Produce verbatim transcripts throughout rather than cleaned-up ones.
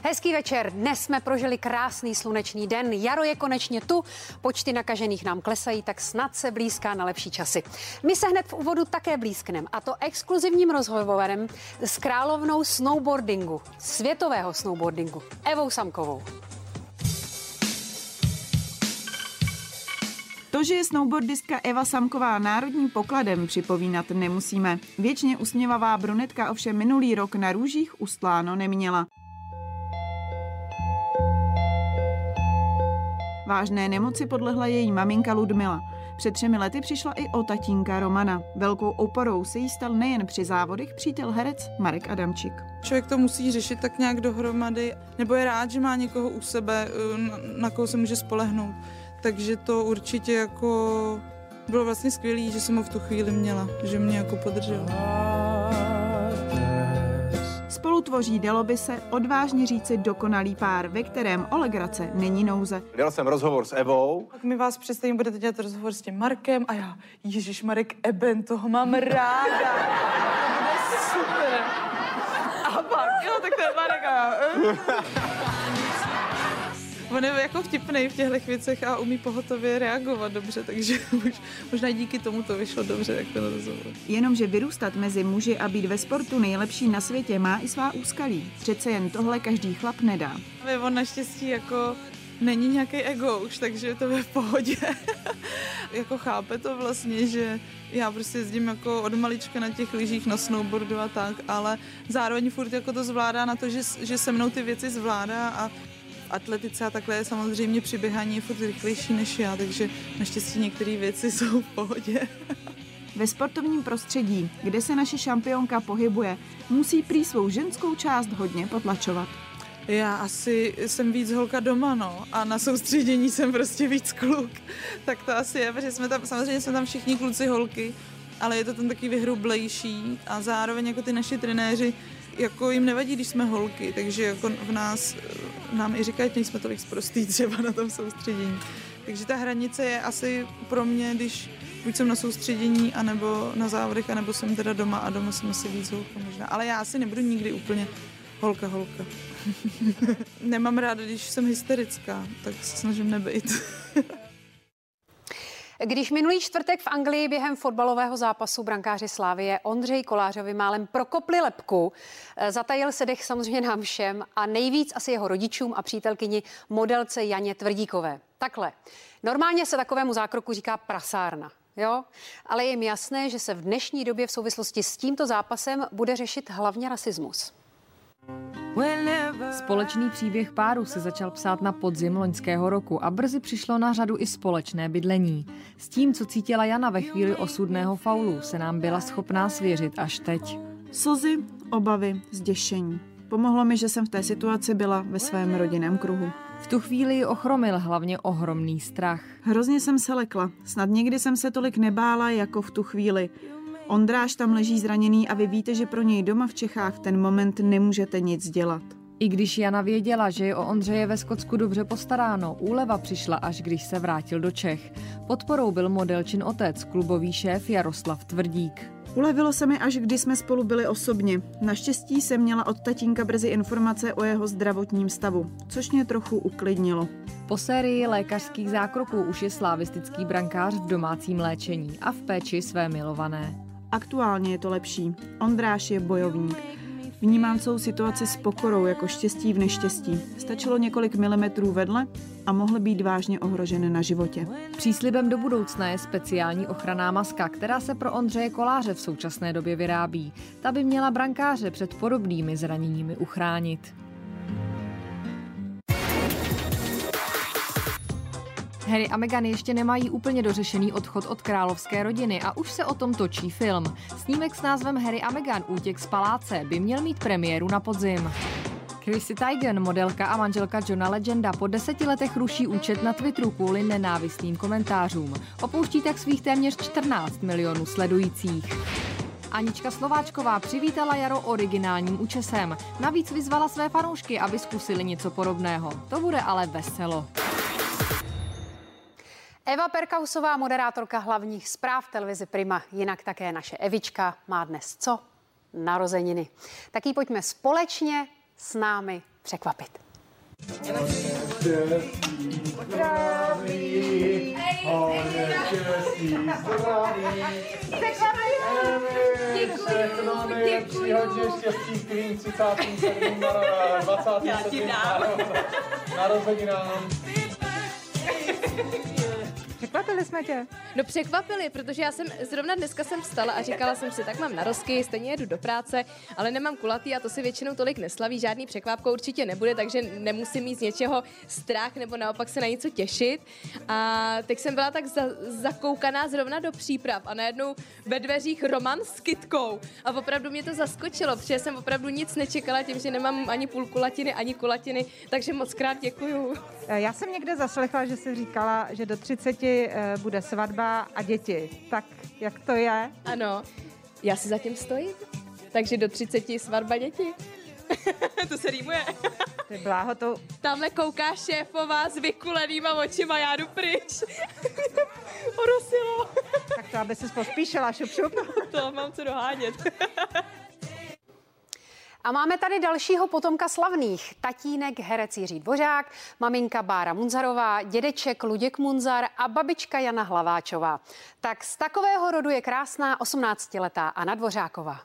Hezký večer. Dnes jsme prožili krásný slunečný den. Jaro je konečně tu. Počty nakažených nám klesají, tak snad se blízká na lepší časy. My se hned v úvodu také blízkneme, a to exkluzivním rozhovorem s královnou snowboardingu, světového snowboardingu, Evou Samkovou. To, že je snowboardistka Eva Samková národním pokladem, připomínat nemusíme. Věčně usměvavá brunetka ovšem minulý rok na růžích ustláno neměla. Vážné nemoci podlehla její maminka Ludmila. Před třemi lety přišla i o tatínka Romana. Velkou oporou se jí stal nejen při závodech přítel herec Marek Adamčík. Člověk to musí řešit tak nějak dohromady, nebo je rád, že má někoho u sebe, na koho se může spolehnout. Takže to určitě jako bylo vlastně skvělý, že jsem ho v tu chvíli měla, že mě jako podržel. Spolu tvoří, dalo by se odvážně říci, dokonalý pár, ve kterém o legrace není nouze. Dělal jsem rozhovor s Evou. Tak mi vás představím, budete dělat rozhovor s tím Markem a já, Ježíš Marek Eben, toho mám ráda. To bude super. A pak, jo, tak to je Marek a já. On je jako vtipnej v těchto věcech a umí pohotově reagovat dobře, takže možná díky tomu to vyšlo dobře, jak ten rozhovor. Jenomže vyrůstat mezi muži a být ve sportu nejlepší na světě má i svá úskalí. Přece jen tohle každý chlap nedá. On naštěstí jako není nějaký ego už, takže to je v pohodě. Jako chápe to vlastně, že já prostě jezdím jako od malička na těch lyžích, na snowboardu a tak, ale zároveň furt jako to zvládá na to, že, že se mnou ty věci zvládá a atletice a takhle je samozřejmě při běhání furt rychlejší než já, takže naštěstí některé věci jsou v pohodě. Ve sportovním prostředí, kde se naše šampionka pohybuje, musí prý svou ženskou část hodně potlačovat. Já asi jsem víc holka doma, no, a na soustředění jsem prostě víc kluk. Tak to asi je, protože jsme tam, samozřejmě jsme tam všichni kluci holky, ale je to tam taky vyhrublejší a zároveň jako ty naši trenéři jako jim nevadí, když jsme holky, takže jako v nás, nám i říkají, že nejsme tolik sprostý třeba na tom soustředění. Takže ta hranice je asi pro mě, když buď jsem na soustředění, anebo na závodech, anebo jsem teda doma a doma jsem asi víc holka možná. Ale já asi nebudu nikdy úplně holka, holka. Nemám ráda, když jsem hysterická, tak se snažím nebejt. Když minulý čtvrtek v Anglii během fotbalového zápasu brankáři Slavie Ondřeji Kolářovi málem prokopli lebku, zatajil se dech samozřejmě nám všem a nejvíc asi jeho rodičům a přítelkyni modelce Janě Tvrdíkové. Takhle. Normálně se takovému zákroku říká prasárna, jo? Ale je jim jasné, že se v dnešní době v souvislosti s tímto zápasem bude řešit hlavně rasismus. Společný příběh páru se začal psát na podzim loňského roku a brzy přišlo na řadu i společné bydlení. S tím, co cítila Jana ve chvíli osudného faulu, se nám byla schopná svěřit až teď. Slzy, obavy, zděšení. Pomohlo mi, že jsem v té situaci byla ve svém rodinném kruhu. V tu chvíli ji ochromil hlavně ohromný strach. Hrozně jsem se lekla. Snad nikdy jsem se tolik nebála jako v tu chvíli. Ondráš tam leží zraněný a vy víte, že pro něj doma v Čechách v ten moment nemůžete nic dělat. I když Jana věděla, že je o Ondřeje ve Skotsku dobře postaráno, úleva přišla, až když se vrátil do Čech. Podporou byl modelčin otec, klubový šéf Jaroslav Tvrdík. Ulevilo se mi, až když jsme spolu byli osobně. Naštěstí jsem měla od tatínka brzy informace o jeho zdravotním stavu, což mě trochu uklidnilo. Po sérii lékařských zákroků už je slavistický brankář v domácím léčení a v péči své milované. Aktuálně je to lepší. Ondráš je bojovník. Vnímám celou situaci s pokorou, jako štěstí v neštěstí. Stačilo několik milimetrů vedle a mohl být vážně ohrožen na životě. Příslibem do budoucna je speciální ochranná maska, která se pro Ondřeje Koláře v současné době vyrábí. Ta by měla brankáře před podobnými zraněními uchránit. Harry a Meghan ještě nemají úplně dořešený odchod od královské rodiny a už se o tom točí film. Snímek s názvem Harry a Meghan Útěk z paláce by měl mít premiéru na podzim. Chrissy Teigen, modelka a manželka Johna Legenda, po deseti letech ruší účet na Twitteru kvůli nenávistným komentářům. Opouští tak svých téměř čtrnáct milionů sledujících. Anička Slováčková přivítala jaro originálním účesem. Navíc vyzvala své fanoušky, aby zkusili něco podobného. To bude ale veselo. Eva Perkausová, moderátorka hlavních zpráv televize Prima, jinak také naše Evička, má dnes co? Narozeniny. Tak jí pojďme společně s námi překvapit. Překvapili jsme tě? No překvapili, protože já jsem zrovna dneska jsem vstala a říkala jsem si, tak mám narozky, stejně jedu do práce, ale nemám kulatý a to si většinou tolik neslaví, žádný překvápko určitě nebude, takže nemusím mít z něčeho strach nebo naopak se na něco těšit. A teď jsem byla tak za, zakoukaná zrovna do příprav a najednou ve dveřích Roman s kytkou a opravdu mě to zaskočilo, protože jsem opravdu nic nečekala tím, že nemám ani půl kulatiny, ani kulatiny, takže moc krát děkuju. Já jsem někde zaslechla, že jsi říkala, že do třiceti bude svatba a děti. Tak jak to je? Ano, já si zatím stojím. Takže do třiceti svatba děti. To se rýmuje. Ty bláho, to... Tamhle kouká šéfová s vykulenýma očima, já jdu pryč. Orosilo. Tak to, aby ses pospíšila, šup, šup. To mám co dohánět. A máme tady dalšího potomka slavných. Tatínek herec Jiří Dvořák, maminka Bára Munzarová, dědeček Luděk Munzar a babička Jana Hlaváčová. Tak z takového rodu je krásná osmnáctiletá Anna Dvořáková.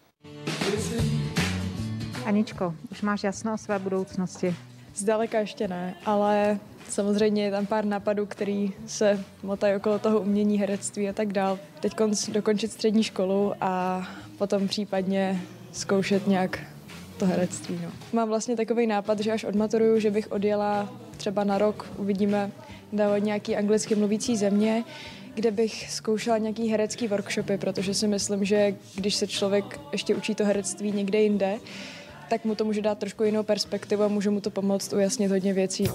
Aničko, už máš jasno o své budoucnosti? Zdaleka ještě ne, ale samozřejmě je tam pár nápadů, který se motají okolo toho umění, herectví a tak dál. Teď dokončit střední školu a potom případně zkoušet nějak to herectví. No. Mám vlastně takový nápad, že až odmaturuju, že bych odjela třeba na rok, uvidíme, do nějaký anglicky mluvící země, kde bych zkoušela nějaký herecký workshopy, protože si myslím, že když se člověk ještě učí to herectví někde jinde, tak mu to může dát trošku jinou perspektivu a může mu to pomoct ujasnit hodně věcí.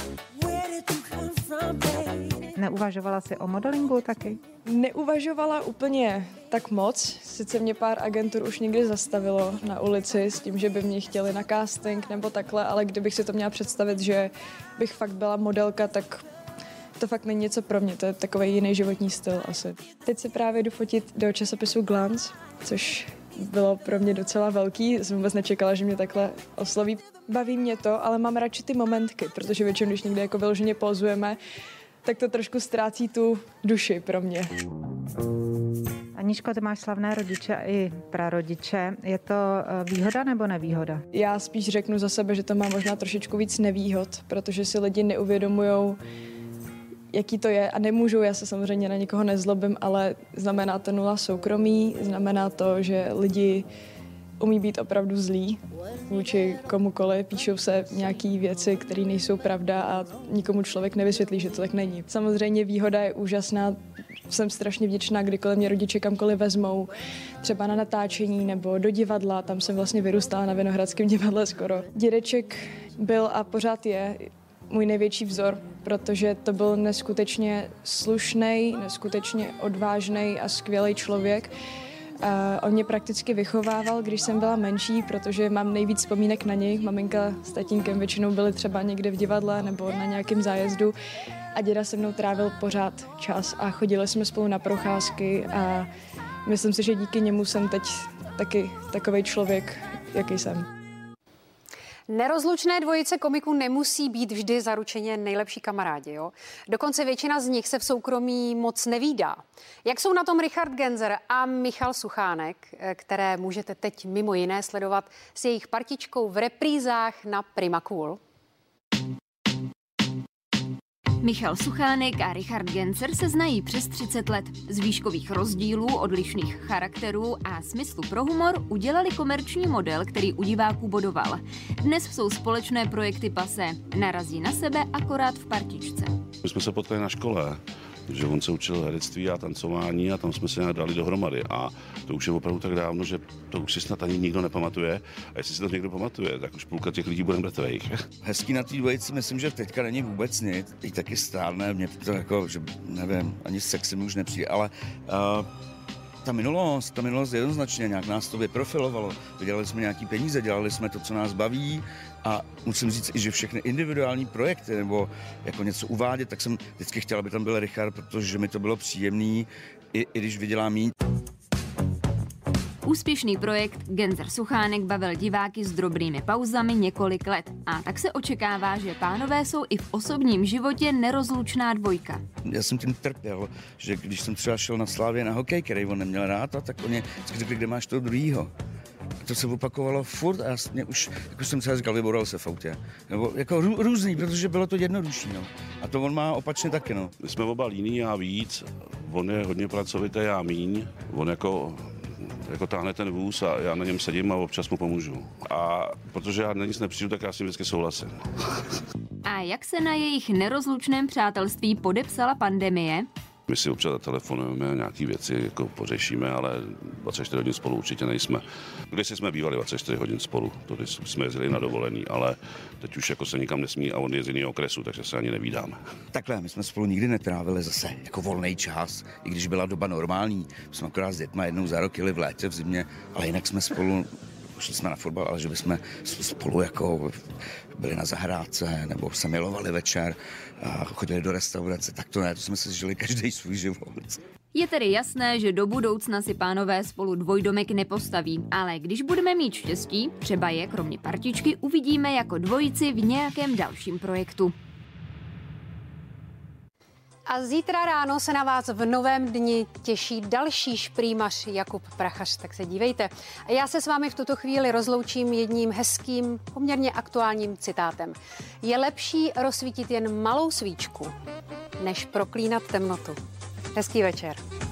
Neuvažovala jsi o modelingu taky? Neuvažovala úplně tak moc. Sice mě pár agentur už někdy zastavilo na ulici s tím, že by mě chtěli na casting nebo takhle, ale kdybych si to měla představit, že bych fakt byla modelka, tak to fakt není něco pro mě. To je takový jiný životní styl asi. Teď se právě jdu fotit do časopisu Glance, což bylo pro mě docela velký. Jsem vůbec nečekala, že mě takhle osloví. Baví mě to, ale mám radši ty momentky, protože většinou, když někde jako vyloženě pozujeme, tak to trošku ztrácí tu duši pro mě. Aničko, ty máš slavné rodiče i prarodiče. Je to výhoda nebo nevýhoda? Já spíš řeknu za sebe, že to má možná trošičku víc nevýhod, protože si lidi neuvědomujou, jaký to je a nemůžou, já se samozřejmě na nikoho nezlobím, ale znamená to nula soukromí, znamená to, že lidi umí být opravdu zlí vůči komukoliv, píšou se nějaký věci, které nejsou pravda a nikomu člověk nevysvětlí, že to tak není. Samozřejmě výhoda je úžasná, jsem strašně vděčná, kdykoliv mě rodiče kamkoliv vezmou, třeba na natáčení nebo do divadla, tam jsem vlastně vyrůstala na Vinohradském divadle skoro. Dědeček byl a pořád je můj největší vzor, protože to byl neskutečně slušnej, neskutečně odvážnej a skvělý člověk. A on mě prakticky vychovával, když jsem byla menší, protože mám nejvíc vzpomínek na něj. Maminka s tatínkem většinou byli třeba někde v divadle nebo na nějakém zájezdu a děda se mnou trávil pořád čas a chodili jsme spolu na procházky a myslím si, že díky němu jsem teď taky takovej člověk, jaký jsem. Nerozlučné dvojice komiků nemusí být vždy zaručeně nejlepší kamarádi. Jo? Dokonce většina z nich se v soukromí moc nevídá. Jak jsou na tom Richard Genzer a Michal Suchánek, které můžete teď mimo jiné sledovat s jejich partičkou v reprízách na Prima Cool? Michal Suchánek a Richard Genzer se znají přes třicet let. Z výškových rozdílů, odlišných charakterů a smyslu pro humor udělali komerční model, který u diváků bodoval. Dnes jsou společné projekty pasé. Narazí na sebe akorát v partičce. My jsme se potkali na škole, že on se učil herectví a tancování a tam jsme se nějak dali dohromady. A to už je opravdu tak dávno, že to už si snad ani nikdo nepamatuje. A jestli si to někdo pamatuje, tak už půlka těch lidí bude mrtvejch. Hezký na té dvojici, myslím, že teďka není vůbec nic. Teď taky stárne, mě to jako, že nevím, ani sexy mi už nepřijde, ale uh, ta minulost, ta minulost jednoznačně nějak nás to vyprofilovalo. Vydělali jsme nějaký peníze, dělali jsme to, co nás baví a musím říct i, že všechny individuální projekty nebo jako něco uvádět, tak jsem vždycky chtěl, aby tam byl Richard, protože mi to bylo příjemný, i, i když vydělám míň. Úspěšný projekt Genzer Suchánek bavil diváky s drobnými pauzami několik let. A tak se očekává, že pánové jsou i v osobním životě nerozlučná dvojka. Já jsem tím trpěl, že když jsem třeba šel na Slávě na hokej, který on neměl rád, a tak oni řekli, kde máš toho druhýho. To se opakovalo furt a já mě už, jako jsem třeba říkal, vyboral se v autě. Nebo jako rů, různý, protože bylo to jednodušší, no. A to on má opačně taky, no. My jsme oba líní, já víc, on je hodně pracovitý, já míň. On jako, jako táhne ten vůz a já na něm sedím a občas mu pomůžu. A protože já na nic nepřijdu, tak já s ním vždycky souhlasím. A jak se na jejich nerozlučném přátelství podepsala pandemie? My si občas zatelefonujeme, nějaké věci jako pořešíme, ale dvacet čtyři hodin spolu určitě nejsme. Když jsme bývali dvacet čtyři hodin spolu, to jsme jezdili na dovolený, ale teď už jako se nikam nesmí a on je z jiného okresu, takže se ani nevídáme. Takhle, my jsme spolu nikdy netrávili zase jako volný čas, i když byla doba normální. Jsme akorát s dětma jednou za rok jeli v létě, v zimě, ale jinak jsme spolu, šli jsme na fotbal, ale že bychom spolu jako byli na zahrádce nebo se milovali večer a chodili do restaurace, tak to ne, to jsme se žili každý svůj život. Je tedy jasné, že do budoucna si pánové spolu dvojdomek nepostaví, ale když budeme mít štěstí, třeba je kromě partičky uvidíme jako dvojici v nějakém dalším projektu. A zítra ráno se na vás v novém dni těší další šprýmař Jakub Prachař, tak se dívejte. A já se s vámi v tuto chvíli rozloučím jedním hezkým, poměrně aktuálním citátem. Je lepší rozsvítit jen malou svíčku, než proklínat temnotu. Hezký večer.